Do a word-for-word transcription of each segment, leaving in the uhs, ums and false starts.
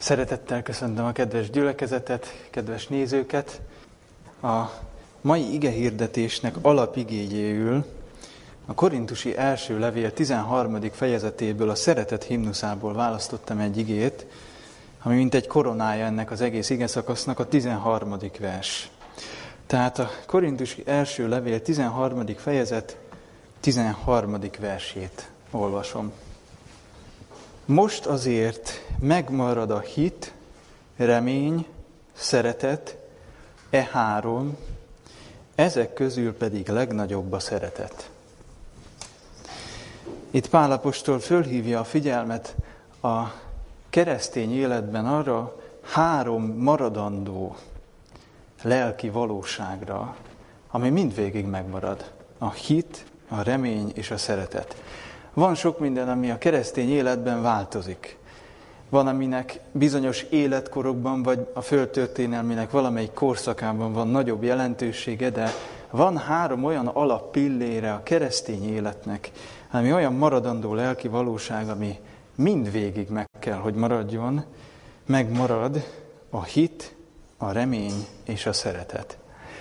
Szeretettel köszöntöm a kedves gyülekezetet, kedves nézőket. A mai igehirdetésnek alapigéjéül a Korintusi első levél tizenharmadik fejezetéből, a szeretet himnuszából választottam egy igét, ami mint egy koronája ennek az egész igeszakasznak, a tizenharmadik vers. Tehát a Korintusi első levél tizenharmadik fejezet tizenharmadik versét olvasom. Most azért megmarad a hit, remény, szeretet, e három, ezek közül pedig legnagyobb a szeretet. Itt Pál apostol fölhívja a figyelmet a keresztény életben arra három maradandó lelki valóságra, ami mindvégig megmarad. A hit, a remény és a szeretet. Van sok minden, ami a keresztény életben változik. Van, aminek bizonyos életkorokban, vagy a földtörténelmének valamelyik korszakában van nagyobb jelentősége, de van három olyan alappillére a keresztény életnek, ami olyan maradandó lelki valóság, ami mindvégig meg kell, hogy maradjon, megmarad a hit, a remény és a szeretet.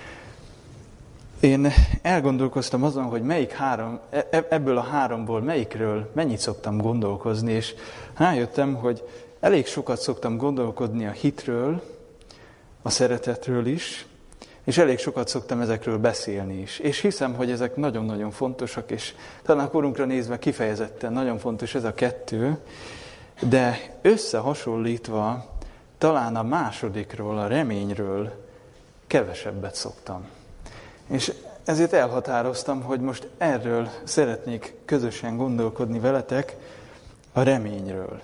Én elgondolkoztam azon, hogy melyik három, ebből a háromból melyikről mennyit szoktam gondolkozni, és rájöttem, hogy elég sokat szoktam gondolkodni a hitről, a szeretetről is, és elég sokat szoktam ezekről beszélni is. És hiszem, hogy ezek nagyon-nagyon fontosak, és talán a korunkra nézve kifejezetten nagyon fontos ez a kettő, de összehasonlítva talán a másodikról, a reményről kevesebbet szoktam. És ezért elhatároztam, hogy most erről szeretnék közösen gondolkodni veletek, a reményről.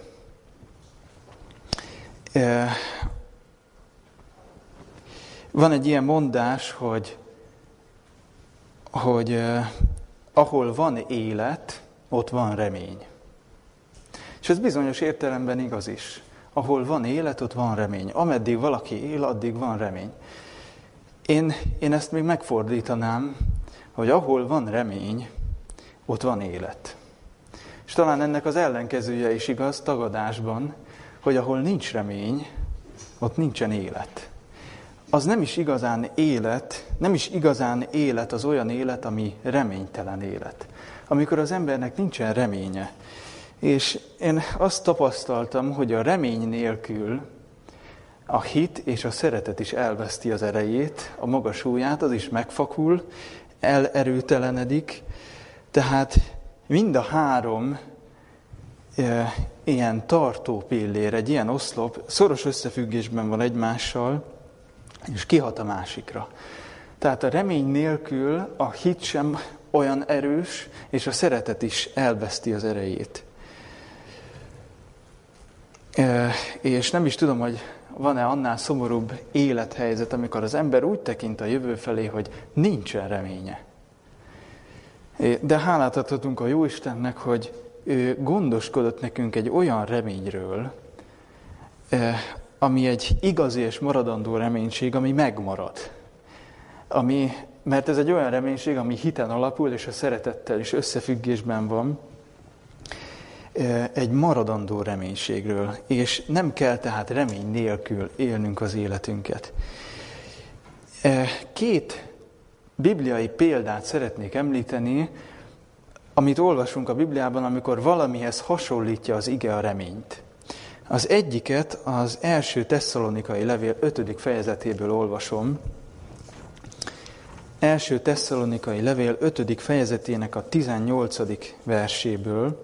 Van egy ilyen mondás, hogy, hogy eh, ahol van élet, ott van remény. És ez bizonyos értelemben igaz is. Ahol van élet, ott van remény. Ameddig valaki él, addig van remény. Én, én ezt még megfordítanám, hogy ahol van remény, ott van élet. És talán ennek az ellenkezője is igaz tagadásban, hogy ahol nincs remény, ott nincsen élet. Az nem is igazán élet, nem is igazán élet az olyan élet, ami reménytelen élet. Amikor az embernek nincsen reménye. És én azt tapasztaltam, hogy a remény nélkül a hit és a szeretet is elveszti az erejét, a maga súlyát, az is megfakul, elerőtelenedik. Tehát mind a három e, ilyen tartó pillér, egy ilyen oszlop szoros összefüggésben van egymással, és kihat a másikra. Tehát a remény nélkül a hit sem olyan erős, és a szeretet is elveszti az erejét. E, és nem is tudom, hogy van-e annál szomorúbb élethelyzet, amikor az ember úgy tekint a jövő felé, hogy nincsen reménye. De hálát adhatunk a Jóistennek, hogy ő gondoskodott nekünk egy olyan reményről, ami egy igazi és maradandó reménység, ami megmarad. Ami, mert ez egy olyan reménység, ami hiten alapul, és a szeretettel is összefüggésben van, egy maradandó reménységről, és nem kell tehát remény nélkül élnünk az életünket. Két bibliai példát szeretnék említeni, amit olvasunk a Bibliában, amikor valamihez hasonlítja az ige a reményt. Az egyiket az első Tesszalonikai levél ötödik fejezetéből olvasom. Első Tesszalonikai levél ötödik fejezetének a tizennyolcadik verséből.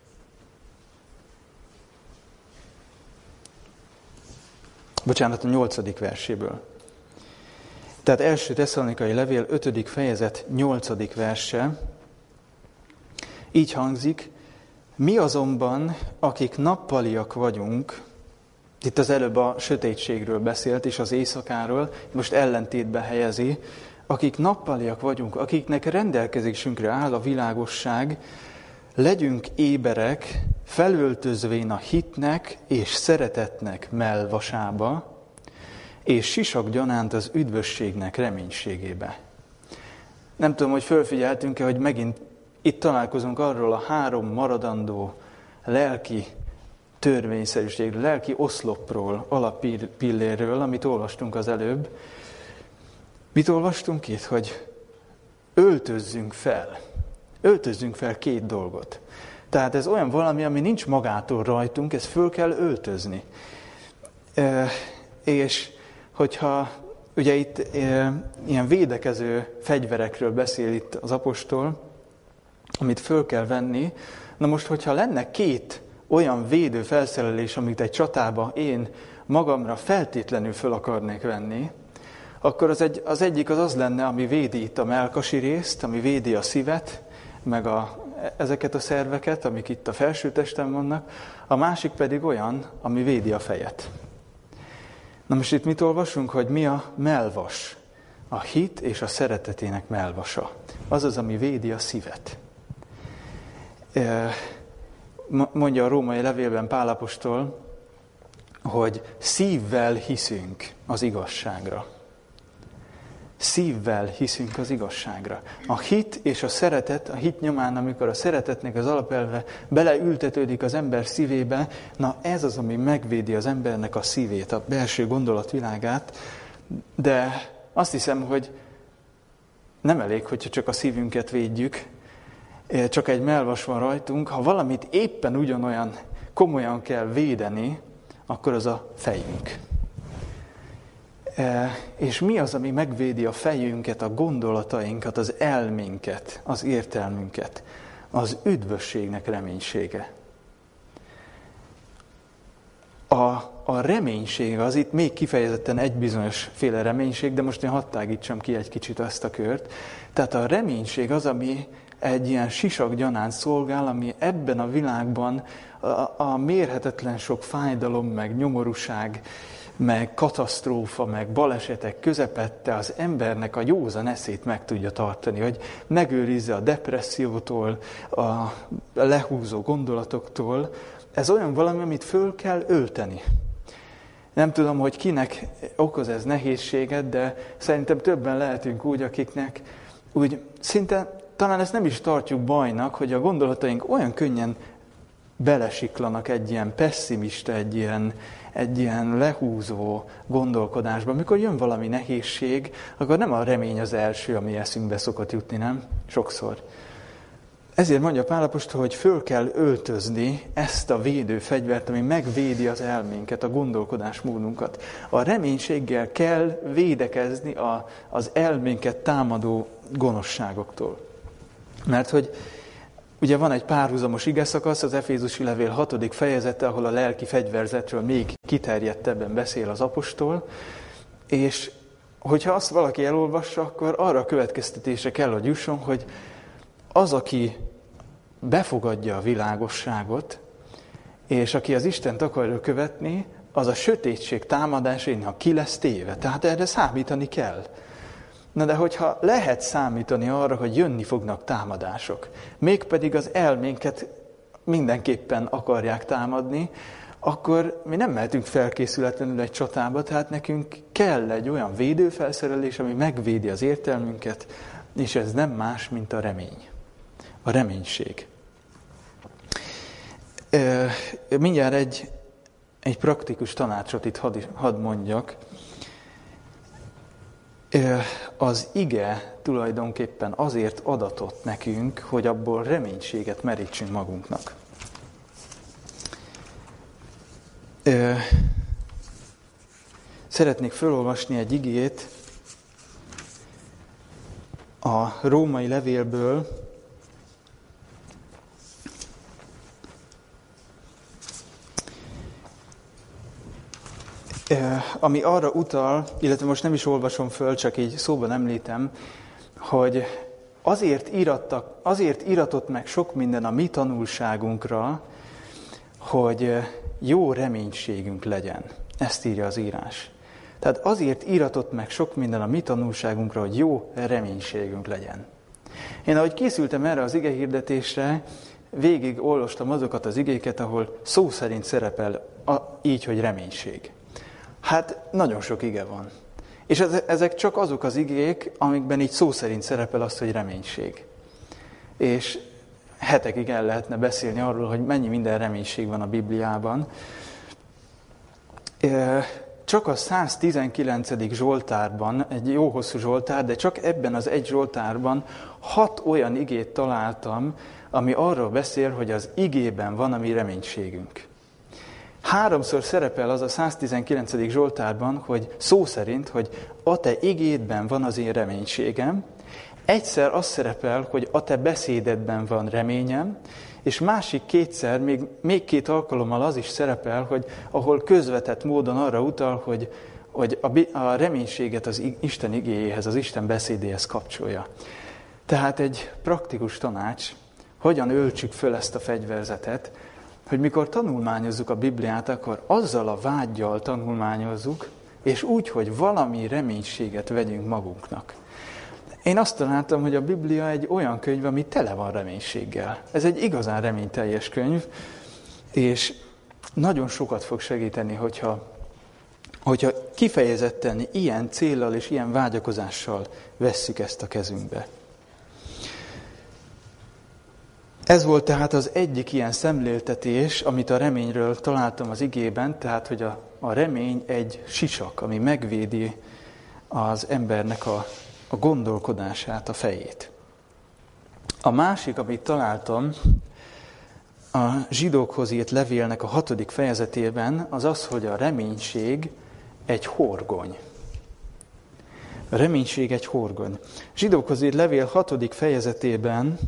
Bocsánat, a nyolcadik verséből. Tehát első Tesszalonikai levél ötödik fejezet nyolcadik verse. Így hangzik: mi azonban, akik nappaliak vagyunk, itt az előbb a sötétségről beszélt, és az éjszakáról, most ellentétbe helyezi, akik nappaliak vagyunk, akiknek rendelkezésünkre áll a világosság, legyünk éberek, felöltözvén a hitnek és szeretetnek mellvasába, és sisak gyanánt az üdvösségnek reménységébe. Nem tudom, hogy fölfigyeltünk-e, hogy megint itt találkozunk arról a három maradandó lelki törvényszerűségről, lelki oszlopról, alappillérről, amit olvastunk az előbb. Mit olvastunk itt? Hogy öltözzünk fel. Öltözzünk fel két dolgot. Tehát ez olyan valami, ami nincs magától rajtunk, ezt föl kell öltözni. E, és hogyha ugye itt e, ilyen védekező fegyverekről beszél itt az apostol, amit föl kell venni, na most, hogyha lenne két olyan védő felszerelés, amit egy csatába én magamra feltétlenül föl akarnék venni, akkor az, egy, az egyik az az lenne, ami védi itt a mellkasi részt, ami védi a szívet, meg a, ezeket a szerveket, amik itt a felsőtesten vannak, a másik pedig olyan, ami védi a fejet. Na most itt mit olvasunk, hogy mi a mellvas? A hit és a szeretetének mellvasa. Az az, ami védi a szívet. Mondja a római levélben Pál apostol, hogy szívvel hiszünk az igazságra. Szívvel hiszünk az igazságra. A hit és a szeretet, a hit nyomán, amikor a szeretetnek az alapelve beleültetődik az ember szívébe, na ez az, ami megvédi az embernek a szívét, a belső gondolatvilágát, de azt hiszem, hogy nem elég, hogyha csak a szívünket védjük, csak egy mellvas van rajtunk, ha valamit éppen ugyanolyan komolyan kell védeni, akkor az a fejünk. E, és mi az, ami megvédi a fejünket, a gondolatainkat, az elménket, az értelmünket? Az üdvösségnek reménysége. A, a reménység az itt még kifejezetten egy bizonyos féle reménység, de most én hadd tágítsam ki egy kicsit ezt a kört. Tehát a reménység az, ami egy ilyen sisakgyanánt szolgál, ami ebben a világban a, a mérhetetlen sok fájdalom, meg nyomorúság, meg katasztrófa, meg balesetek közepette az embernek a józan eszét meg tudja tartani, hogy megőrizze a depressziótól, a lehúzó gondolatoktól. Ez olyan valami, amit föl kell ölteni. Nem tudom, hogy kinek okoz ez nehézséget, de szerintem többen lehetünk úgy, akiknek úgy szinte talán ezt nem is tartjuk bajnak, hogy a gondolataink olyan könnyen belesiklanak egy ilyen pesszimista, egy ilyen, egy ilyen lehúzó gondolkodásba. Amikor jön valami nehézség, akkor nem a remény az első, ami eszünkbe szokott jutni, nem? Sokszor. Ezért mondja Pál apostol, hogy föl kell öltözni ezt a védőfegyvert, ami megvédi az elménket, a gondolkodásmódunkat. A reménységgel kell védekezni a, az elménket támadó gonoszságoktól. Mert hogy ugye van egy párhuzamos igeszakasz, az Efézusi levél hatodik fejezete, ahol a lelki fegyverzetről még kiterjedtebben beszél az apostol, és hogyha azt valaki elolvassa, akkor arra a következtetésre kell, hogy jusson, hogy az, aki befogadja a világosságot, és aki az Istent akarja követni, az a sötétség támadásainak ki lesz téve. Tehát erre számítani kell. Na de hogyha lehet számítani arra, hogy jönni fognak támadások, mégpedig az elménket mindenképpen akarják támadni, akkor mi nem mehetünk felkészületlenül egy csatába, tehát nekünk kell egy olyan védőfelszerelés, ami megvédi az értelmünket, és ez nem más, mint a remény. A reménység. Mindjárt egy, egy praktikus tanácsot itt hadd, hadd mondjak. Az ige tulajdonképpen azért adatott nekünk, hogy abból reménységet merítsünk magunknak. Szeretnék felolvasni egy igét a római levélből, ami arra utal, illetve most nem is olvasom föl, csak így szóban említem, hogy azért, írattak, azért íratott meg sok minden a mi tanulságunkra, hogy jó reménységünk legyen. Ezt írja az írás. Tehát azért íratott meg sok minden a mi tanulságunkra, hogy jó reménységünk legyen. Én ahogy készültem erre az igehirdetésre, végig olvastam azokat az igéket, ahol szó szerint szerepel a, így, hogy reménység. Hát nagyon sok ige van. És ezek csak azok az igék, amikben így szó szerint szerepel az, hogy reménység. És hetekig el lehetne beszélni arról, hogy mennyi minden reménység van a Bibliában. Csak a száztizenkilencedik Zsoltárban, egy jó hosszú Zsoltár, de csak ebben az egy Zsoltárban hat olyan igét találtam, ami arról beszél, hogy az igében van a mi reménységünk. Háromszor szerepel az a száztizenkilencedik Zsoltárban, hogy szó szerint, hogy a te igédben van az én reménységem, egyszer az szerepel, hogy a te beszédedben van reményem, és másik kétszer, még, még két alkalommal az is szerepel, hogy ahol közvetett módon arra utal, hogy, hogy a, a reménységet az Isten igéjéhez, az Isten beszédéhez kapcsolja. Tehát egy praktikus tanács, hogyan öltsük föl ezt a fegyverzetet, hogy mikor tanulmányozzuk a Bibliát, akkor azzal a vággyal tanulmányozzuk, és úgy, hogy valami reménységet vegyünk magunknak. Én azt találtam, hogy a Biblia egy olyan könyv, ami tele van reménységgel. Ez egy igazán reményteljes könyv, és nagyon sokat fog segíteni, hogyha, hogyha kifejezetten ilyen céllal és ilyen vágyakozással vesszük ezt a kezünkbe. Ez volt tehát az egyik ilyen szemléltetés, amit a reményről találtam az igében, tehát, hogy a, a remény egy sisak, ami megvédi az embernek a, a gondolkodását, a fejét. A másik, amit találtam a zsidókhoz írt levélnek a hatodik fejezetében, az az, hogy a reménység egy horgony. A reménység egy horgony. Zsidókhoz írt levél hatodik fejezetében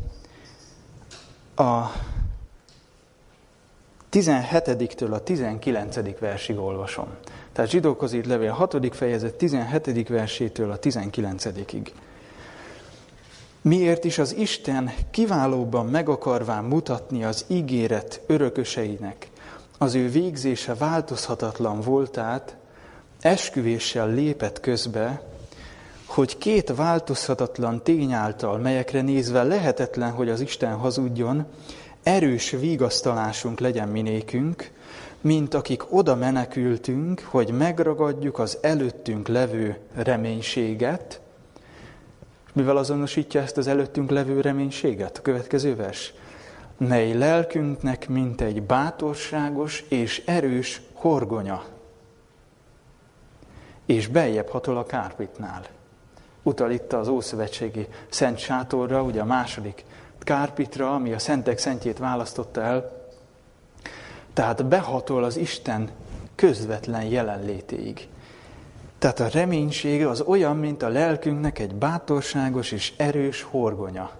a tizenhetediktől a tizenkilencedik versig olvasom. Tehát Zsidókhoz írt levél hatodik fejezet tizenhetedik versétől a tizenkilencedikig. Miért is az Isten kiválóbban meg akarván mutatni az ígéret örököseinek, az ő végzése változhatatlan voltát, esküvéssel lépett közbe, hogy két változhatatlan tény által, melyekre nézve lehetetlen, hogy az Isten hazudjon, erős vigasztalásunk legyen minékünk, mint akik oda menekültünk, hogy megragadjuk az előttünk levő reménységet. Mivel azonosítja ezt az előttünk levő reménységet? A következő vers. Mely lelkünknek, mint egy bátorságos és erős horgonya, és beljebb hatol a kárpitnál. Utal itt az ószövetségi szent sátorra, ugye a második kárpitra, ami a szentek szentjét választotta el. Tehát behatol az Isten közvetlen jelenlétéig. Tehát a reménység az olyan, mint a lelkünknek egy bátorságos és erős horgonya.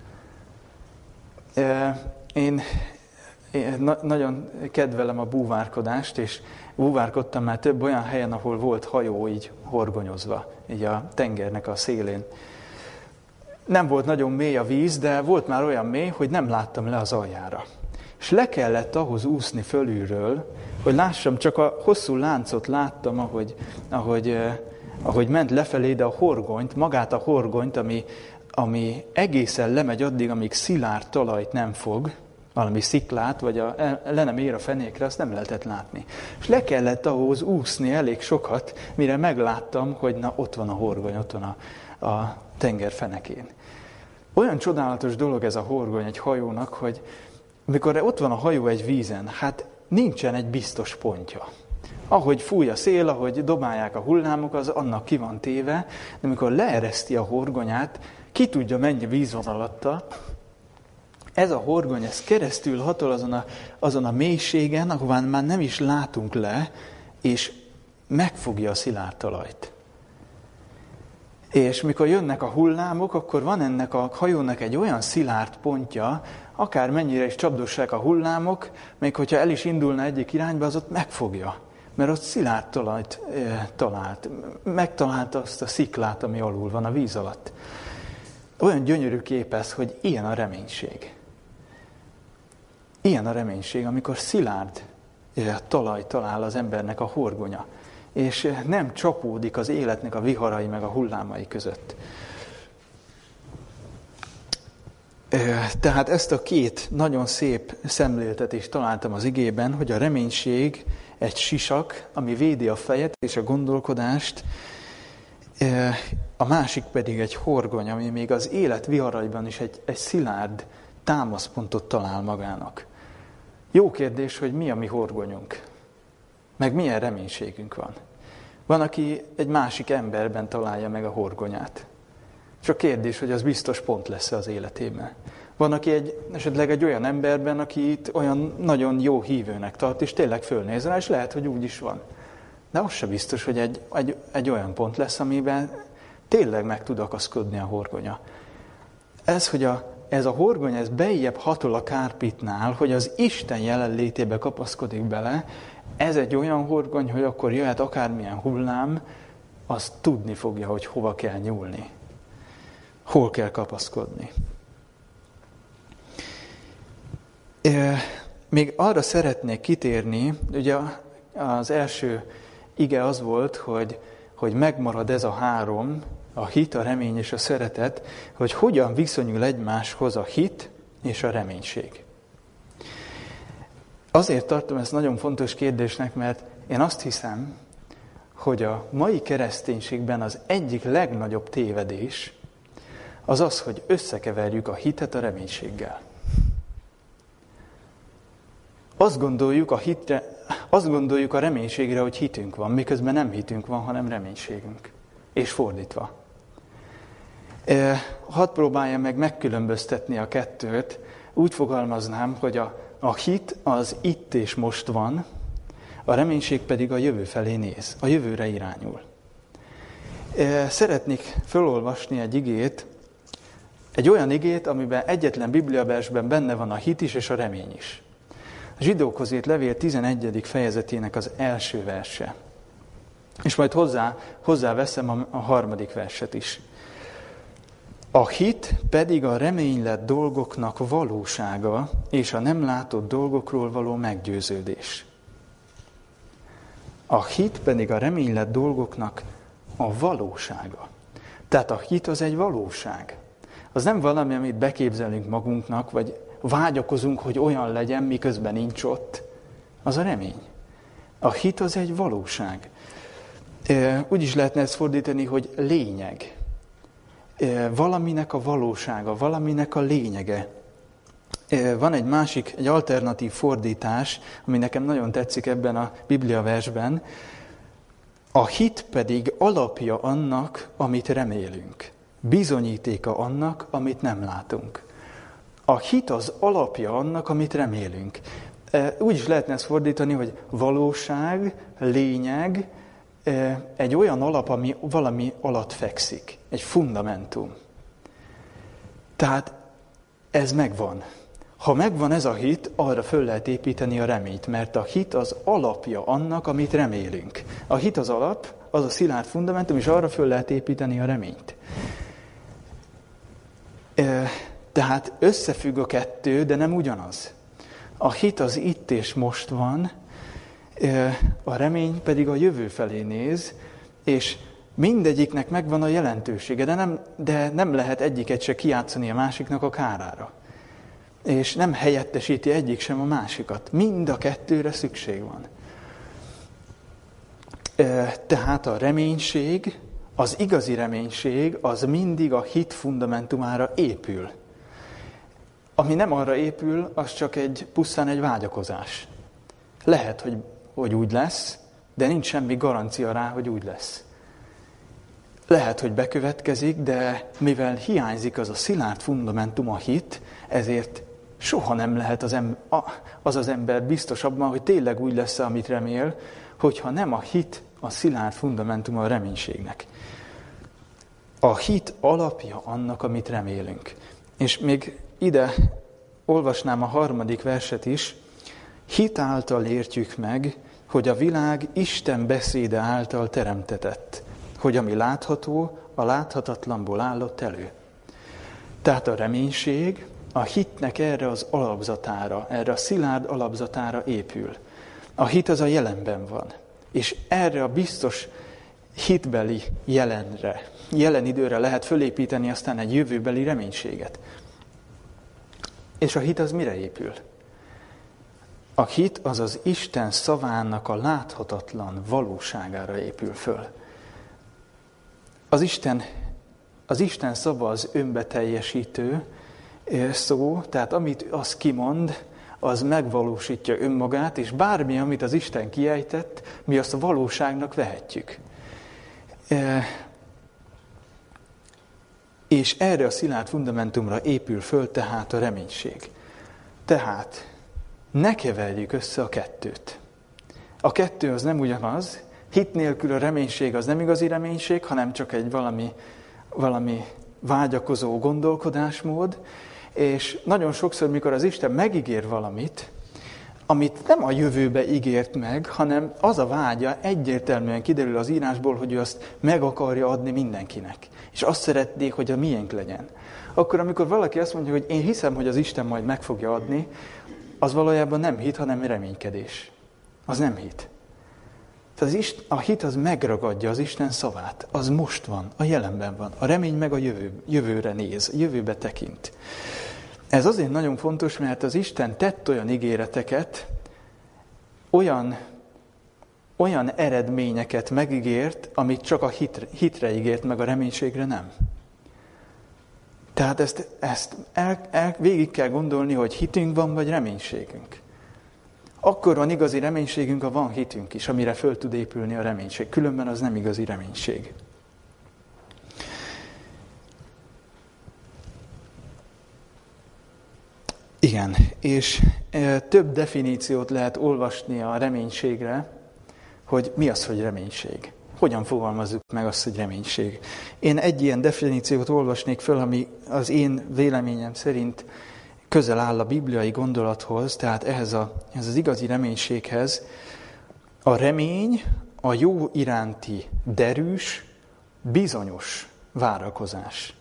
Én, én na- nagyon kedvelem a búvárkodást, és búvárkodtam már több olyan helyen, ahol volt hajó így horgonyozva, így a tengernek a szélén. Nem volt nagyon mély a víz, de volt már olyan mély, hogy nem láttam le az aljára. És le kellett ahhoz úszni fölülről, hogy lássam, csak a hosszú láncot láttam, ahogy, ahogy, eh, ahogy ment lefelé, de a horgonyt, magát a horgonyt, ami, ami egészen lemegy addig, amíg szilárd talajt nem fog, valami sziklát, vagy a, le nem ér a fenékre, azt nem lehetett látni. És le kellett ahhoz úszni elég sokat, mire megláttam, hogy na, ott van a horgony, ott van a, a tenger fenekén. Olyan csodálatos dolog ez a horgony egy hajónak, hogy amikor ott van a hajó egy vízen, hát nincsen egy biztos pontja. Ahogy fúj a szél, ahogy dobálják a hullámok, az annak ki van téve, de amikor leereszti a horgonyát, ki tudja mennyi víz van alatta, ez a horgony, ez keresztül hatol azon a, azon a mélységen, ahová már nem is látunk le, és megfogja a szilárd talajt. És mikor jönnek a hullámok, akkor van ennek a hajónak egy olyan szilárd pontja, akár mennyire is csapdossák a hullámok, még hogyha el is indulna egyik irányba, az ott megfogja. Mert ott szilárd talajt e, talált. Megtalálta azt a sziklát, ami alul van a víz alatt. Olyan gyönyörű kép ez, hogy ilyen a reménység. Ilyen a reménység, amikor szilárd e, talaj talál az embernek a horgonya. És nem csapódik az életnek a viharai meg a hullámai között. Tehát ezt a két nagyon szép szemléltetést találtam az igében, hogy a reménység egy sisak, ami védi a fejet és a gondolkodást, a másik pedig egy horgony, ami még az élet viharaiban is egy, egy szilárd támaszpontot talál magának. Jó kérdés, hogy mi a mi horgonyunk, meg milyen reménységünk van. Van, aki egy másik emberben találja meg a horgonyát. Csak kérdés, hogy az biztos pont lesz az életében. Van, aki egy, esetleg egy olyan emberben, aki itt olyan nagyon jó hívőnek tart, és tényleg fölnéz rá, és lehet, hogy úgy is van. De az sem biztos, hogy egy, egy, egy olyan pont lesz, amiben tényleg meg tud akaszkodni a horgonya. Ez, hogy a, ez a horgonya, ez bejjebb hatol a kárpitnál, hogy az Isten jelenlétébe kapaszkodik bele, ez egy olyan horgony, hogy akkor jöhet akármilyen hullám, az tudni fogja, hogy hova kell nyúlni. Hol kell kapaszkodni. Még arra szeretnék kitérni, ugye az első ige az volt, hogy, hogy megmarad ez a három, a hit, a remény és a szeretet, hogy hogyan viszonyul egymáshoz a hit és a reménység. Azért tartom ezt nagyon fontos kérdésnek, mert én azt hiszem, hogy a mai kereszténységben az egyik legnagyobb tévedés az az, hogy összekeverjük a hitet a reménységgel. Azt gondoljuk a hitre, azt gondoljuk a reménységre, hogy hitünk van, miközben nem hitünk van, hanem reménységünk. És fordítva. Hadd próbáljam meg megkülönböztetni a kettőt. Úgy fogalmaznám, hogy a, a hit az itt és most van, a reménység pedig a jövő felé néz, a jövőre irányul. Szeretnék felolvasni egy igét, egy olyan igét, amiben egyetlen bibliaversben benne van a hit is és a remény is. A Zsidókhoz írt levél tizenegyedik fejezetének az első verse. És majd hozzá, hozzáveszem a, a harmadik verset is. A hit pedig a reménylett dolgoknak valósága, és a nem látott dolgokról való meggyőződés. A hit pedig a reménylett dolgoknak a valósága. Tehát a hit az egy valóság. Az nem valami, amit beképzelünk magunknak, vagy vágyakozunk, hogy olyan legyen, miközben nincs ott. Az a remény. A hit az egy valóság. Úgy is lehetne ezt fordítani, hogy lényeg. Valaminek a valósága, valaminek a lényege. Van egy másik, egy alternatív fordítás, ami nekem nagyon tetszik ebben a bibliaversben. A hit pedig alapja annak, amit remélünk. Bizonyítéka annak, amit nem látunk. A hit az alapja annak, amit remélünk. Úgy is lehetne ezt fordítani, hogy valóság, lényeg, egy olyan alap, ami valami alatt fekszik. Egy fundamentum. Tehát ez megvan. Ha megvan ez a hit, arra föl lehet építeni a reményt, mert a hit az alapja annak, amit remélünk. A hit az alap, az a szilárd fundamentum, és arra föl lehet építeni a reményt. Tehát összefügg a kettő, de nem ugyanaz. A hit az itt és most van, a remény pedig a jövő felé néz, és mindegyiknek megvan a jelentősége, de nem, de nem lehet egyiket se kijátszani a másiknak a kárára. És nem helyettesíti egyik sem a másikat. Mind a kettőre szükség van. Tehát a reménység, az igazi reménység, az mindig a hit fundamentumára épül. Ami nem arra épül, az csak egy pusztán egy vágyakozás. Lehet, hogy, hogy úgy lesz, de nincs semmi garancia rá, hogy úgy lesz. Lehet, hogy bekövetkezik, de mivel hiányzik az a szilárd fundamentum, a hit, ezért soha nem lehet az, em- az az ember biztos abban, hogy tényleg úgy lesz, amit remél, hogyha nem a hit a szilárd fundamentum a reménységnek. A hit alapja annak, amit remélünk. És még ide olvasnám a harmadik verset is. Hit által értjük meg, hogy a világ Isten beszéde által teremtetett, hogy ami látható, a láthatatlanból állott elő. Tehát a reménység a hitnek erre az alapzatára, erre a szilárd alapzatára épül. A hit az a jelenben van, és erre a biztos hitbeli jelenre, jelen időre lehet fölépíteni aztán egy jövőbeli reménységet. És a hit az mire épül? A hit az az Isten szavának a láthatatlan valóságára épül föl. Az Isten, az Isten szava az önbeteljesítő, szó, tehát amit az kimond, az megvalósítja önmagát, és bármi, amit az Isten kiejtett, mi azt a valóságnak vehetjük. E, és erre a szilárd fundamentumra épül föl tehát a reménység. Tehát ne keverjük össze a kettőt. A kettő az nem ugyanaz, hit nélkül a reménység az nem igazi reménység, hanem csak egy valami, valami vágyakozó gondolkodásmód, és nagyon sokszor, mikor az Isten megígér valamit, amit nem a jövőbe ígért meg, hanem az a vágya egyértelműen kiderül az írásból, hogy ő azt meg akarja adni mindenkinek. És azt szeretnék, hogy a miénk legyen. Akkor, amikor valaki azt mondja, hogy én hiszem, hogy az Isten majd meg fogja adni, az valójában nem hit, hanem reménykedés. Az nem hit. Tehát az Isten, a hit az megragadja az Isten szavát. Az most van, a jelenben van. A remény meg a jövő, jövőre néz, jövőbe tekint. Ez azért nagyon fontos, mert az Isten tett olyan ígéreteket, olyan, olyan eredményeket megígért, amit csak a hitre, hitre ígért, meg a reménységre nem. Tehát ezt, ezt el, el, végig kell gondolni, hogy hitünk van, vagy reménységünk. Akkor van igazi reménységünk, ha van hitünk is, amire föl tud épülni a reménység. Különben az nem igazi reménység. Igen, és e, több definíciót lehet olvasni a reménységre, hogy mi az, hogy reménység. Hogyan fogalmazzuk meg azt, hogy reménység. Én egy ilyen definíciót olvasnék föl, ami az én véleményem szerint közel áll a bibliai gondolathoz, tehát ehhez, a, ehhez az igazi reménységhez. A remény a jó iránti derűs, bizonyos várakozás.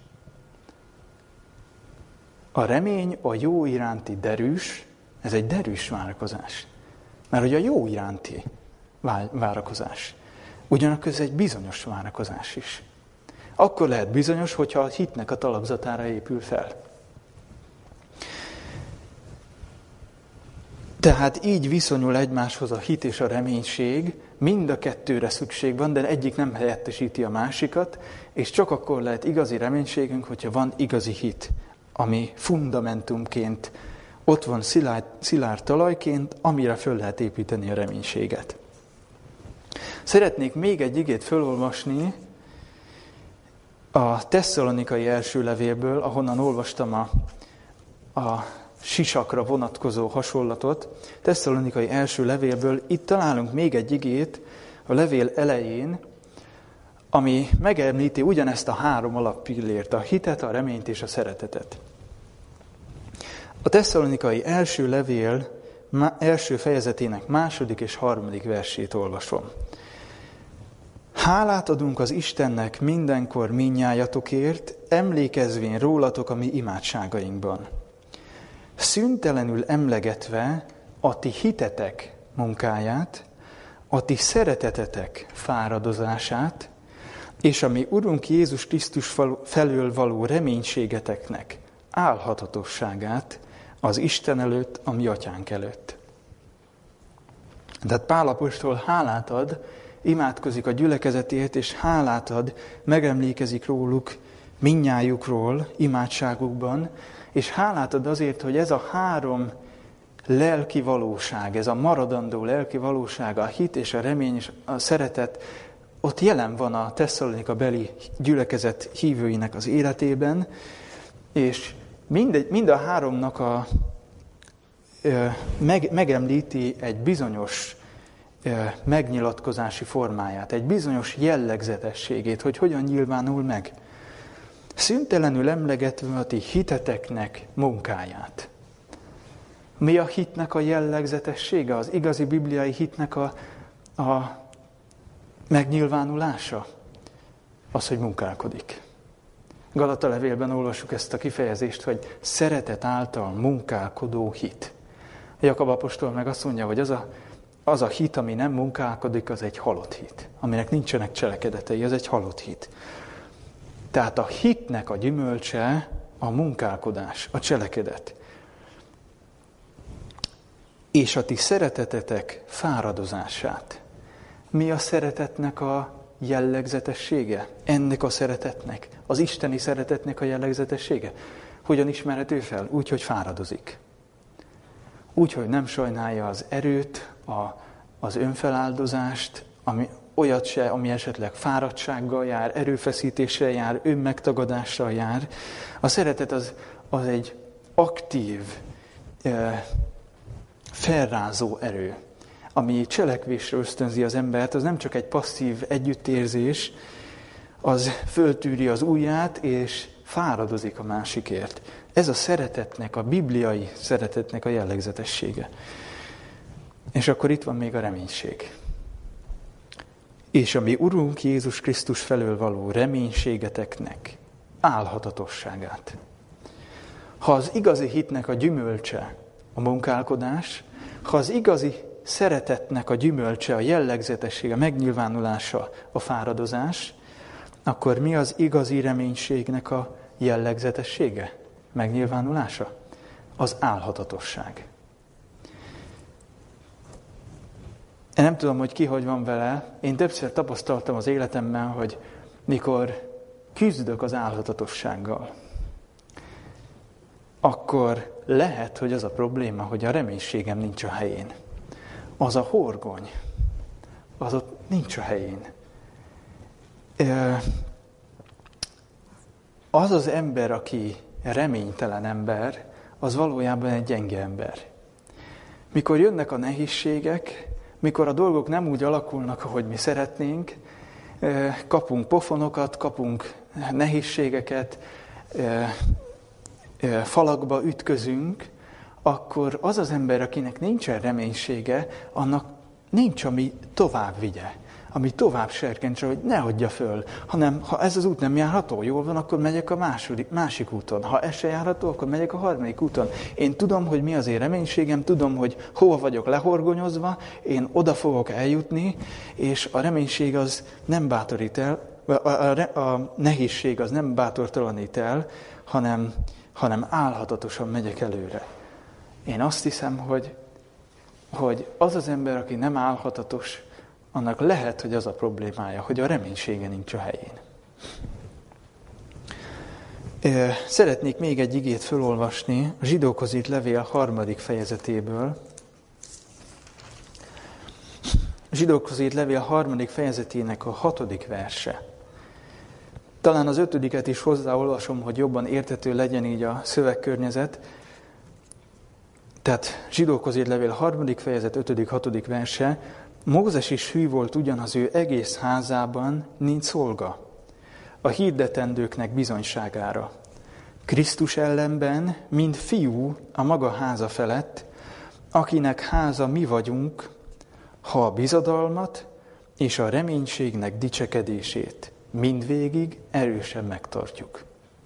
A remény a jó iránti derűs, ez egy derűs várakozás. Mert hogy a jó iránti várakozás. Ugyanakkor ez egy bizonyos várakozás is. Akkor lehet bizonyos, hogyha a hitnek a talapzatára épül fel. Tehát így viszonyul egymáshoz a hit és a reménység, mind a kettőre szükség van, de egyik nem helyettesíti a másikat, és csak akkor lehet igazi reménységünk, hogyha van igazi hit, ami fundamentumként ott van szilárd, szilárd talajként, amire föl lehet építeni a reménységet. Szeretnék még egy igét felolvasni a Tesszalonikai első levélből, ahonnan olvastam a, a sisakra vonatkozó hasonlatot. Tesszalonikai első levélből itt találunk még egy igét a levél elején, ami megemlíti ugyanezt a három alappillért, a hitet, a reményt és a szeretetet. A Tesszalonikai első levél első fejezetének második és harmadik versét olvasom. Hálát adunk az Istennek mindenkor minnyájatokért, emlékezvén rólatok a mi imádságainkban. Szüntelenül emlegetve a ti hitetek munkáját, a ti szeretetetek fáradozását, és a mi Urunk Jézus Krisztus felől való reménységeteknek álhatatosságát az Isten előtt, a mi atyánk előtt. Tehát Pál apostol hálát ad, imádkozik a gyülekezetért, és hálát ad, megemlékezik róluk, mindnyájukról imádságukban, és hálát ad azért, hogy ez a három lelki valóság, ez a maradandó lelki valóság, a hit és a remény és a szeretet, ott jelen van a Tesszalonika beli gyülekezet hívőinek az életében, és mind, mind a háromnak a, meg, megemlíti egy bizonyos megnyilatkozási formáját, egy bizonyos jellegzetességét, hogy hogyan nyilvánul meg. Szüntelenül emlegetve a ti hiteteknek munkáját. Mi a hitnek a jellegzetessége? Az igazi bibliai hitnek a, a megnyilvánulása? Az, hogy munkálkodik. Galata levélben olvassuk ezt a kifejezést, hogy szeretet által munkálkodó hit. Jakab apostol meg azt mondja, hogy az a, az a hit, ami nem munkálkodik, az egy halott hit. Aminek nincsenek cselekedetei, az egy halott hit. Tehát a hitnek a gyümölcse a munkálkodás, a cselekedet. És a ti szeretetetek fáradozását. Mi a szeretetnek a jellegzetessége? Ennek a szeretetnek, az isteni szeretetnek a jellegzetessége? Hogyan ismerhető fel? Úgy, hogy fáradozik. Úgy, hogy nem sajnálja az erőt, a, az önfeláldozást, ami, olyat se, ami esetleg fáradtsággal jár, erőfeszítéssel jár, önmegtagadással jár. A szeretet az, az egy aktív, eh, felrázó erő, ami cselekvésre ösztönzi az embert. Az nem csak egy passzív együttérzés, az föltűri az ujját, és fáradozik a másikért. Ez a szeretetnek, a bibliai szeretetnek a jellegzetessége. És akkor itt van még a reménység. És a mi Urunk Jézus Krisztus felől való reménységeteknek álhatatosságát. Ha az igazi hitnek a gyümölcse a munkálkodás, ha az igazi szeretetnek a gyümölcse, a jellegzetessége, a megnyilvánulása a fáradozás, akkor mi az igazi reménységnek a jellegzetessége, megnyilvánulása? Az álhatatosság. Én nem tudom, hogy ki hogy van vele. Én többször tapasztaltam az életemben, hogy mikor küzdök az álhatatossággal, akkor lehet, hogy az a probléma, hogy a reménységem nincs a helyén. Az a horgony, az ott nincs a helyén. Az az ember, aki reménytelen ember, az valójában egy gyenge ember. Mikor jönnek a nehézségek, mikor a dolgok nem úgy alakulnak, ahogy mi szeretnénk, kapunk pofonokat, kapunk nehézségeket, falakba ütközünk, akkor az az ember, akinek nincsen reménysége, annak nincs, ami tovább vigye, ami tovább serkentse, hogy ne hagyja föl, hanem ha ez az út nem járható, jól van, akkor megyek a második, másik úton. Ha ez se járható, akkor megyek a harmadik úton. Én tudom, hogy mi az én reménységem, tudom, hogy hova vagyok lehorgonyozva, én oda fogok eljutni, és a reménység az nem bátorít el, a, a, a nehézség az nem bátortalanít el, hanem, hanem álhatatosan megyek előre. Én azt hiszem, hogy, hogy az az ember, aki nem álhatatos, annak lehet, hogy az a problémája, hogy a reménysége nincs a helyén. Szeretnék még egy igét felolvasni a Zsidókhoz írt levél harmadik fejezetéből. A Zsidókhoz írt levél harmadik fejezetének a hatodik verse. Talán az ötödiket is hozzáolvasom, hogy jobban érthető legyen így a szövegkörnyezet. Tehát Zsidókhoz írt levél harmadik fejezet ötödik hatodik verse. Mózes is hű volt ugyan az ő egész házában, mint szolga, a hirdetendőknek bizonyságára. Krisztus ellenben, mint fiú a maga háza felett, akinek háza mi vagyunk, ha a bizodalmat és a reménységnek dicsekedését mindvégig erősen megtartjuk.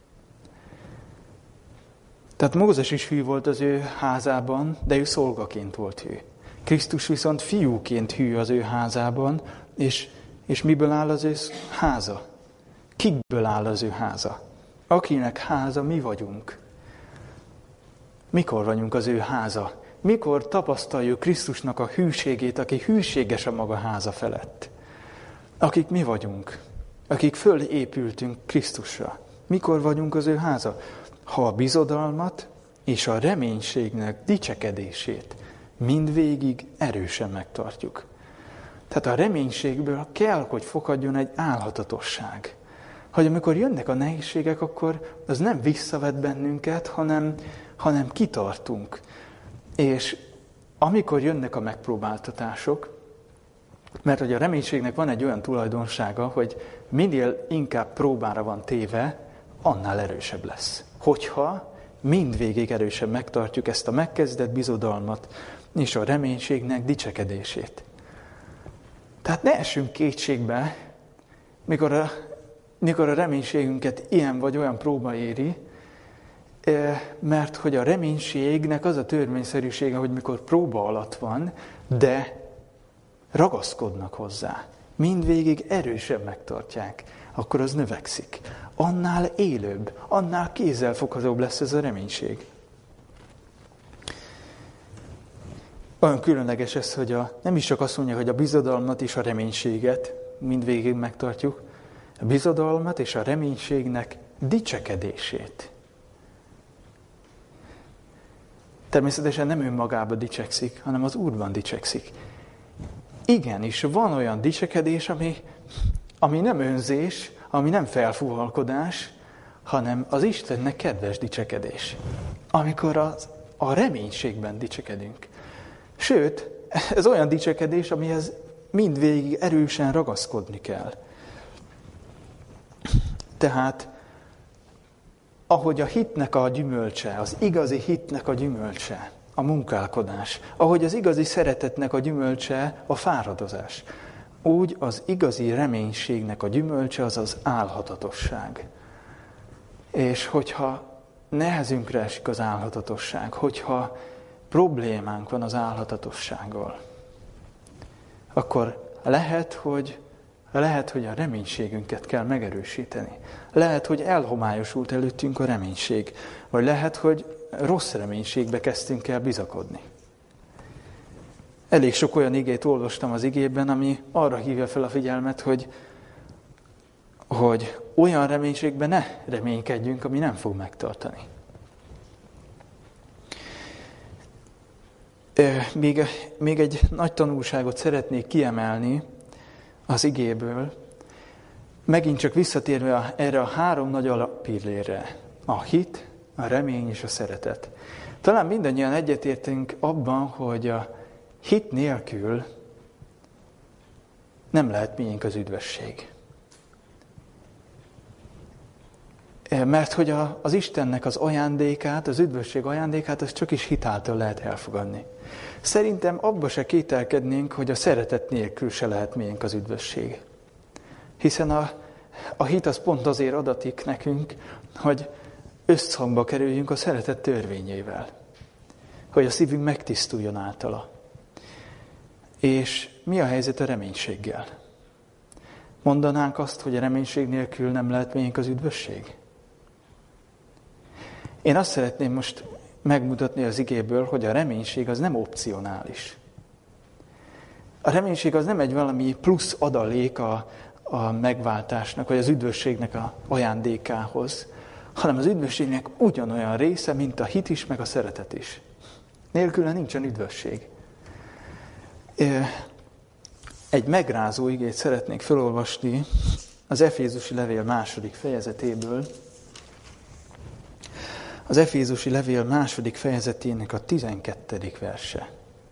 Tehát Mózes is hű volt az ő házában, de ő szolgaként volt hű. Krisztus viszont fiúként hű az ő házában, és, és miből áll az ő háza? Kikből áll az ő háza? Akinek háza mi vagyunk. Mikor vagyunk az ő háza? Mikor tapasztaljuk Krisztusnak a hűségét, aki hűséges a maga háza felett? Akik mi vagyunk, akik fölépültünk Krisztusra. Mikor vagyunk az ő háza? Ha a bizodalmat és a reménységnek dicsekedését mindvégig erősen megtartjuk. Tehát a reménységből kell, hogy fakadjon egy álhatatosság. Hogy amikor jönnek a nehézségek, akkor az nem visszavet bennünket, hanem, hanem kitartunk. És amikor jönnek a megpróbáltatások, mert hogy a reménységnek van egy olyan tulajdonsága, hogy minél inkább próbára van téve, annál erősebb lesz. Hogyha mindvégig erősen megtartjuk ezt a megkezdett bizodalmat és a reménységnek dicsekedését. Tehát ne essünk kétségbe, mikor a, mikor a reménységünket ilyen vagy olyan próba éri, mert hogy a reménységnek az a törvényszerűsége, hogy mikor próba alatt van, de ragaszkodnak hozzá, mindvégig erősen megtartják, akkor az növekszik. Annál élőbb, annál kézzelfoghatóbb lesz ez a reménység. Olyan különleges ez, hogy a, nem is csak azt mondja, hogy a bizodalmat és a reménységet mindvégig megtartjuk, a bizodalmat és a reménységnek dicsekedését Természetesen nem önmagába dicsekszik, hanem az Úrban dicsekszik. Igenis, van olyan dicsekedés, ami, ami nem önzés, ami nem felfúvalkodás, hanem az Istennek kedves dicsekedés. Amikor az, a reménységben dicsekedünk. Sőt, ez olyan dicsekedés, amihez mindvégig erősen ragaszkodni kell. Tehát, ahogy a hitnek a gyümölcse, az igazi hitnek a gyümölcse, a munkálkodás, ahogy az igazi szeretetnek a gyümölcse, a fáradozás, úgy az igazi reménységnek a gyümölcse az az álhatatosság. És hogyha nehezünkre esik az álhatatosság, hogyha problémánk van az álhatatossággal, akkor lehet, hogy, lehet, hogy a reménységünket kell megerősíteni. Lehet, hogy elhomályosult előttünk a reménység, vagy lehet, hogy rossz reménységbe kezdtünk el bizakodni. Elég sok olyan igét olvastam az igében, ami arra hívja fel a figyelmet, hogy, hogy olyan reménységben ne reménykedjünk, ami nem fog megtartani. Még, még egy nagy tanulságot szeretnék kiemelni az igéből, megint csak visszatérve a, erre a három nagy alappillérre, a hit, a remény és a szeretet. Talán mindannyian egyetértünk abban, hogy a hit nélkül nem lehet miénk az üdvösség. Mert hogy a, az Istennek az ajándékát, az üdvösség ajándékát, az csak is hitáltal lehet elfogadni. Szerintem abba se kételkednénk, hogy a szeretet nélkül se lehet miénk az üdvösség. Hiszen a, a hit az pont azért adatik nekünk, hogy összhangba kerüljünk a szeretet törvényével. Hogy a szívünk megtisztuljon általa. És mi a helyzet a reménységgel? Mondanánk azt, hogy a reménység nélkül nem lehet miénk az üdvösség? Én azt szeretném most megmutatni az igéből, hogy a reménység az nem opcionális. A reménység az nem egy valami plusz adalék a, a megváltásnak, vagy az üdvösségnek a ajándékához, hanem az üdvösségnek ugyanolyan része, mint a hit is, meg a szeretet is. Nélküle nincsen üdvösség. Egy megrázó igét szeretnék felolvasni az Efézusi levél második fejezetéből. Az Efézusi levél második fejezetének a tizenkettedik verse.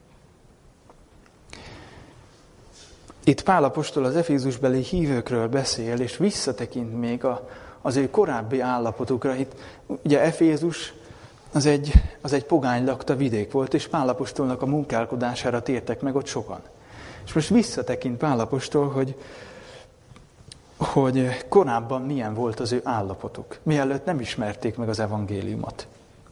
Itt Pál apostol az efézusbeli hívőkről beszél, és visszatekint még a, az ő korábbi állapotukra. Itt ugye Efézus az egy, az egy pogány lakta vidék volt, és Pál apostolnak a munkálkodására tértek meg ott sokan. És most visszatekint Pál apostol, hogy, hogy korábban milyen volt az ő állapotuk, mielőtt nem ismerték meg az evangéliumot.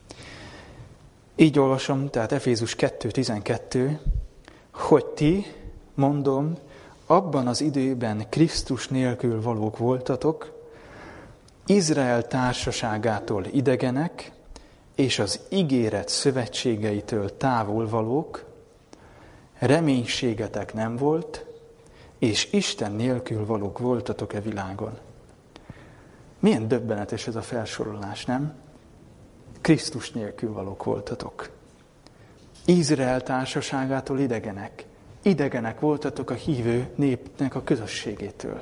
Így olvasom, tehát Efézus kettő tizenkettő, hogy ti, mondom, abban az időben Krisztus nélkül valók voltatok, Izrael társaságától idegenek, és az ígéret szövetségeitől távol valók, reménységetek nem volt, és Isten nélkül valók voltatok e világon. Milyen döbbenetes ez a felsorolás, nem? Krisztus nélkül valók voltatok. Izrael társaságától idegenek. Idegenek voltatok a hívő népnek a közösségétől.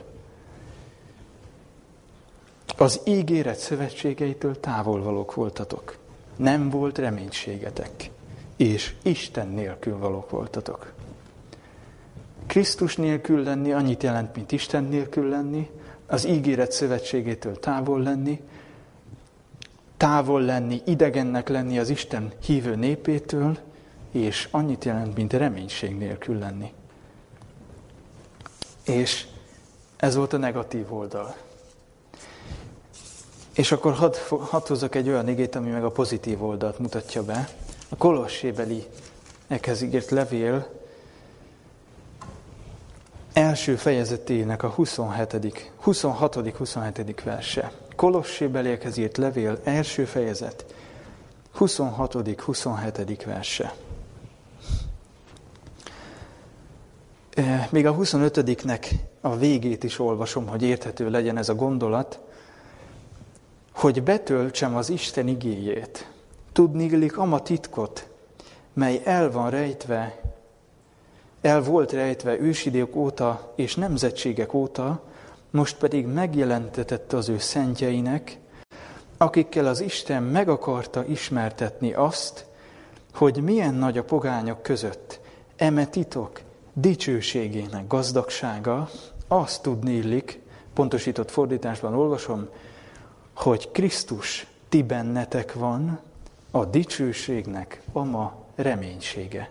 Az ígéret szövetségeitől távol valók voltatok. Nem volt reménységetek, és Isten nélkül valók voltatok. Krisztus nélkül lenni annyit jelent, mint Isten nélkül lenni, az ígéret szövetségétől távol lenni, távol lenni, idegennek lenni az Isten hívő népétől, és annyit jelent, mint reménység nélkül lenni. És ez volt a negatív oldal. És akkor hadd, hadd hozzak egy olyan igét, ami meg a pozitív oldalt mutatja be. A Kolossébeli ekhez ígért levél első fejezetének a huszonhetedik huszonhatodik huszonhetedik verse. Kolossébeliekhez írt levél első fejezet huszonhatodik huszonhetedik verse. Még a huszonötödiknek a végét is olvasom, hogy érthető legyen ez a gondolat, hogy betöltsem az Isten igéjét. Tudniillik ama titkot, mely el van rejtve, el volt rejtve ősidők óta és nemzetségek óta, most pedig megjelentetett az ő szentjeinek, akikkel az Isten meg akarta ismertetni azt, hogy milyen nagy a pogányok között eme titok dicsőségének gazdagsága, azt tudni illik, pontosított fordításban olvasom, hogy Krisztus ti bennetek van, a dicsőségnek a ma reménysége.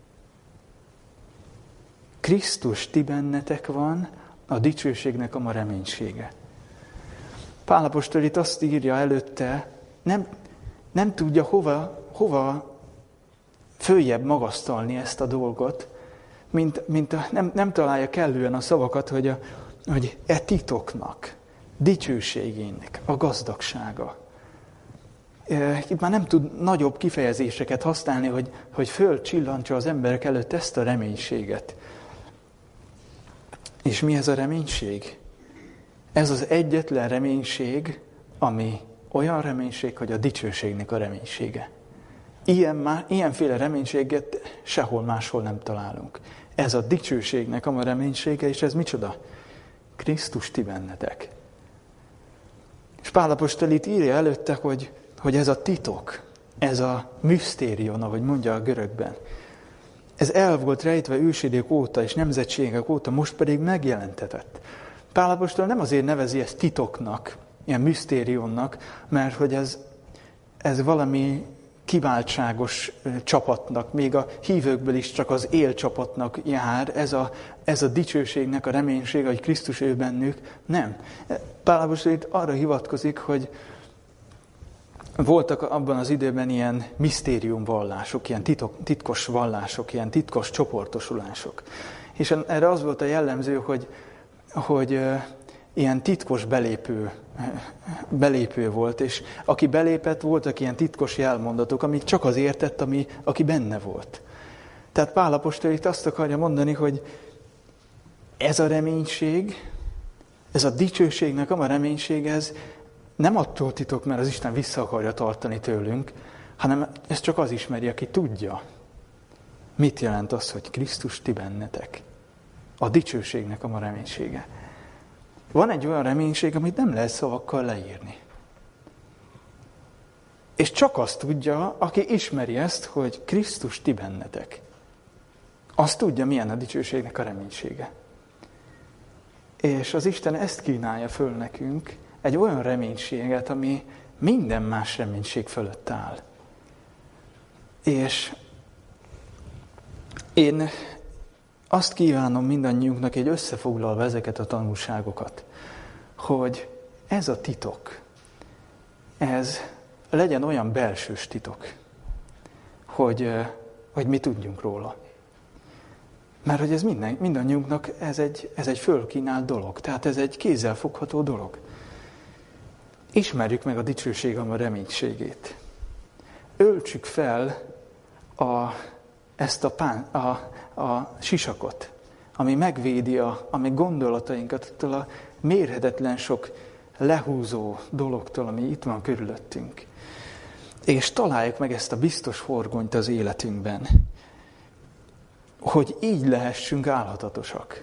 Krisztus ti bennetek van, a dicsőségnek a ma reménysége. Pál apostol itt azt írja előtte, nem, nem tudja hova, hova följebb magasztalni ezt a dolgot, mint, mint a, nem, nem találja kellően a szavakat, hogy, a, hogy e titoknak, dicsőségének a gazdagsága. Itt már nem tud nagyobb kifejezéseket használni, hogy, hogy fölcsillantsa az emberek előtt ezt a reménységet. És mi ez a reménység? Ez az egyetlen reménység, ami olyan reménység, hogy a dicsőségnek a reménysége. Ilyen má, ilyenféle reménységet sehol máshol nem találunk. Ez a dicsőségnek a reménysége, és ez micsoda? Krisztus ti bennetek. És Pál apostol itt írja előtte, hogy, hogy ez a titok, ez a misztérion, ahogy mondja a görögben, ez el volt rejtve ősidők óta és nemzetségek óta, most pedig megjelentetett. Pál apostol nem azért nevezi ezt titoknak, ilyen misztérionnak, mert hogy ez, ez valami kiváltságos csapatnak, még a hívőkből is csak az élcsapatnak jár, ez a, ez a dicsőségnek a reménység, hogy Krisztus ő bennük. Nem. Pál apostol itt arra hivatkozik, hogy voltak abban az időben ilyen misztériumvallások, ilyen titok, titkos vallások, ilyen titkos csoportosulások. És erre az volt a jellemző, hogy, hogy ilyen titkos belépő, belépő volt, és aki belépett, voltak ilyen titkos jelmondatok, amit csak az értett, ami, aki benne volt. Tehát Pál apostol itt azt akarja mondani, hogy ez a reménység, ez a dicsőségnek a reménység, ez nem attól titok, mert az Isten vissza akarja tartani tőlünk, hanem ez csak az ismeri, aki tudja. Mit jelent az, hogy Krisztus ti bennetek? A dicsőségnek a reménysége. Van egy olyan reménység, amit nem lehet szavakkal leírni. És csak azt tudja, aki ismeri ezt, hogy Krisztus ti bennetek. Azt tudja, milyen a dicsőségnek a reménysége. És az Isten ezt kínálja föl nekünk, egy olyan reménységet, ami minden más reménység fölött áll. És én azt kívánom mindannyiunknak, egy összefoglalva ezeket a tanulságokat, hogy ez a titok, ez legyen olyan belsős titok, hogy, hogy mi tudjunk róla. Mert hogy ez minden, mindannyiunknak ez egy, ez egy fölkínált dolog, tehát ez egy kézzelfogható dolog. Ismerjük meg a dicsőségem a reménységét. Öltsük fel a, ezt a, pán, a, a sisakot, ami megvédi a, ami gondolatainkat attól a mérhetetlen sok lehúzó dologtól, ami itt van körülöttünk. És találjuk meg ezt a biztos horgonyt az életünkben, hogy így lehessünk állhatatosak.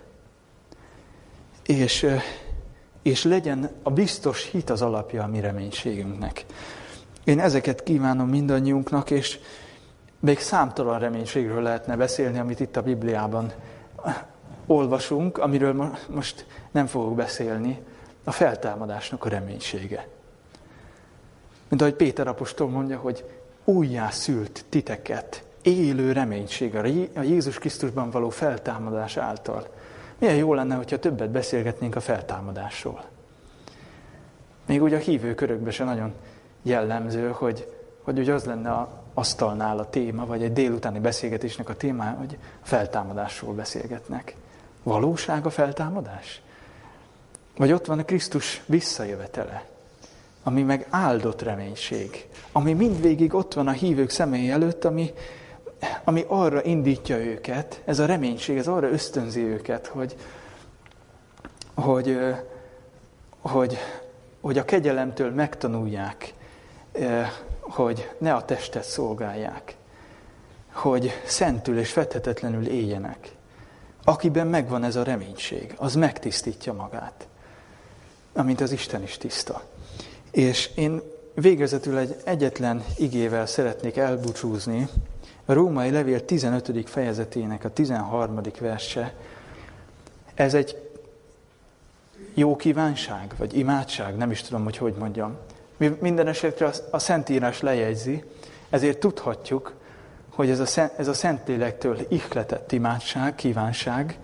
És, és legyen a biztos hit az alapja a mi reménységünknek. Én ezeket kívánom mindannyiunknak, és még számtalan reménységről lehetne beszélni, amit itt a Bibliában olvasunk, amiről most nem fogok beszélni, a feltámadásnak a reménysége. Mint ahogy Péter apostol mondja, hogy újjá szült titeket élő reménység a Jézus Krisztusban való feltámadás által. Milyen jó lenne, hogyha többet beszélgetnénk a feltámadásról. Még úgy a hívő körökben se nagyon jellemző, hogy, hogy úgy az lenne a asztalnál a téma, vagy egy délutáni beszélgetésnek a témája, hogy a feltámadásról beszélgetnek. Valóság a feltámadás? Vagy ott van a Krisztus visszajövetele, ami meg áldott reménység, ami mindvégig ott van a hívők személy előtt, ami, ami arra indítja őket, ez a reménység, ez arra ösztönzi őket, hogy, hogy, hogy, hogy a kegyelemtől megtanulják, hogy ne a testet szolgálják. hogy szentül és fedhetetlenül éljenek. Akiben megvan ez a reménység, az megtisztítja magát, amint az Isten is tiszta. És én végezetül egy egyetlen igével szeretnék elbúcsúzni. A Római Levél tizenötödik fejezetének a tizenharmadik verse. Ez egy jó kívánság, vagy imádság, nem is tudom, hogy hogy mondjam. Minden esetre a Szentírás lejegyzi, ezért tudhatjuk, hogy ez a, Szent, ez a Szentlélektől ihletett imádság, kívánság,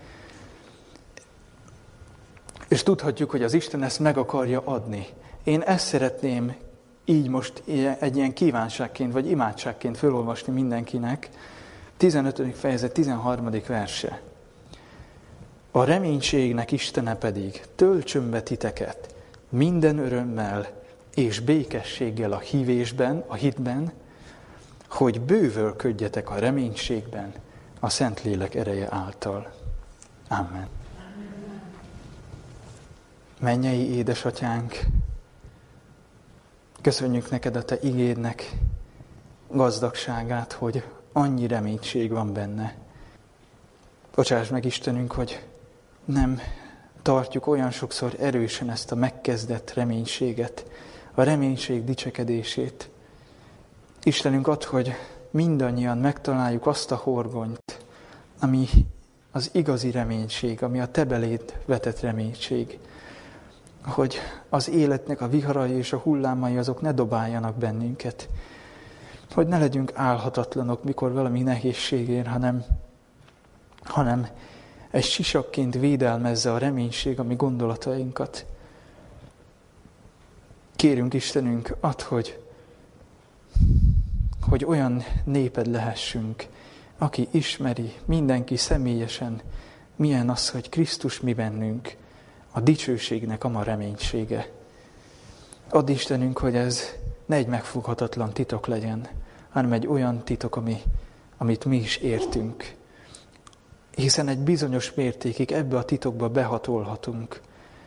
és tudhatjuk, hogy az Isten ezt meg akarja adni. Én ezt szeretném így most egy ilyen kívánságként, vagy imádságként felolvasni mindenkinek. tizenötödik fejezet tizenharmadik verse. A reménységnek Istene pedig töltsön be titeket minden örömmel és békességgel a hívésben, a hitben, hogy bővölködjetek a reménységben a Szentlélek ereje által. Amen. Mennyei édesatyánk, köszönjük neked a te igédnek gazdagságát, hogy annyi reménység van benne. Bocsáss meg, Istenünk, hogy nem tartjuk olyan sokszor erősen ezt a megkezdett reménységet, a reménység dicsekedését. Istenünk, add, hogy mindannyian megtaláljuk azt a horgonyt, ami az igazi reménység, ami a te beléd vetett reménység. Hogy az életnek a viharai és a hullámai azok ne dobáljanak bennünket. Hogy ne legyünk álhatatlanok, mikor valami nehézség ér, hanem, hanem egy sisakként védelmezze a reménység a mi gondolatainkat. Kérünk, Istenünk, add, hogy, hogy olyan néped lehessünk, aki ismeri mindenki személyesen, milyen az, hogy Krisztus mi bennünk, a dicsőségnek a ma reménysége. Add, Istenünk, hogy ez ne egy megfoghatatlan titok legyen, hanem egy olyan titok, ami, amit mi is értünk. Hiszen egy bizonyos mértékig ebbe a titokba behatolhatunk.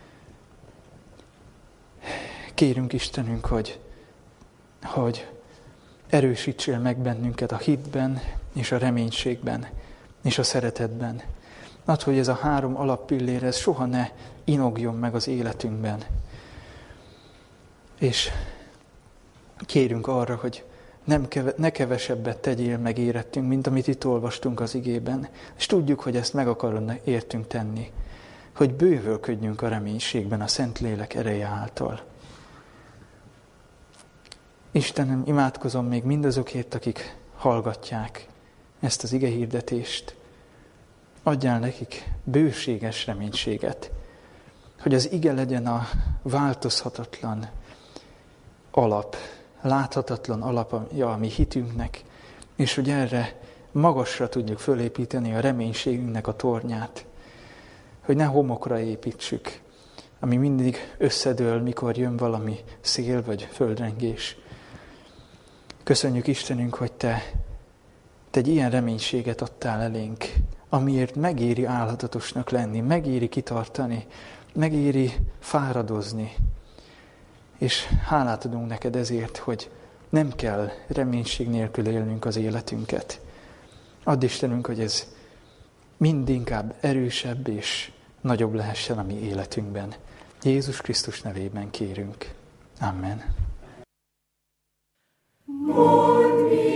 Kérünk, Istenünk, hogy, hogy erősítsél meg bennünket a hitben, és a reménységben, és a szeretetben. Add, hogy ez a három alappillér, ez soha ne inogjon meg az életünkben. És kérünk arra, hogy nem keve, ne kevesebbet tegyél meg érettünk, mint amit itt olvastunk az igében. És tudjuk, hogy ezt meg akarod értünk tenni. Hogy bővölködjünk a reménységben a Szentlélek ereje által. Istenem, imádkozom még mindazokért, akik hallgatják ezt az igehirdetést. Adjál nekik bőséges reménységet, hogy az ige legyen a változhatatlan alap, láthatatlan alapja a mi hitünknek, és hogy erre magasra tudjuk fölépíteni a reménységünknek a tornyát, hogy ne homokra építsük, ami mindig összedől, mikor jön valami szél vagy földrengés. Köszönjük, Istenünk, hogy Te, te egy ilyen reménységet adtál elénk, amiért megéri álhatatosnak lenni, megéri kitartani, megéri fáradozni. És hálát adunk neked ezért, hogy nem kell reménység nélkül élnünk az életünket. Add, Istenünk, hogy ez mindinkább erősebb és nagyobb lehessen a mi életünkben. Jézus Krisztus nevében kérünk. Amen. Mondd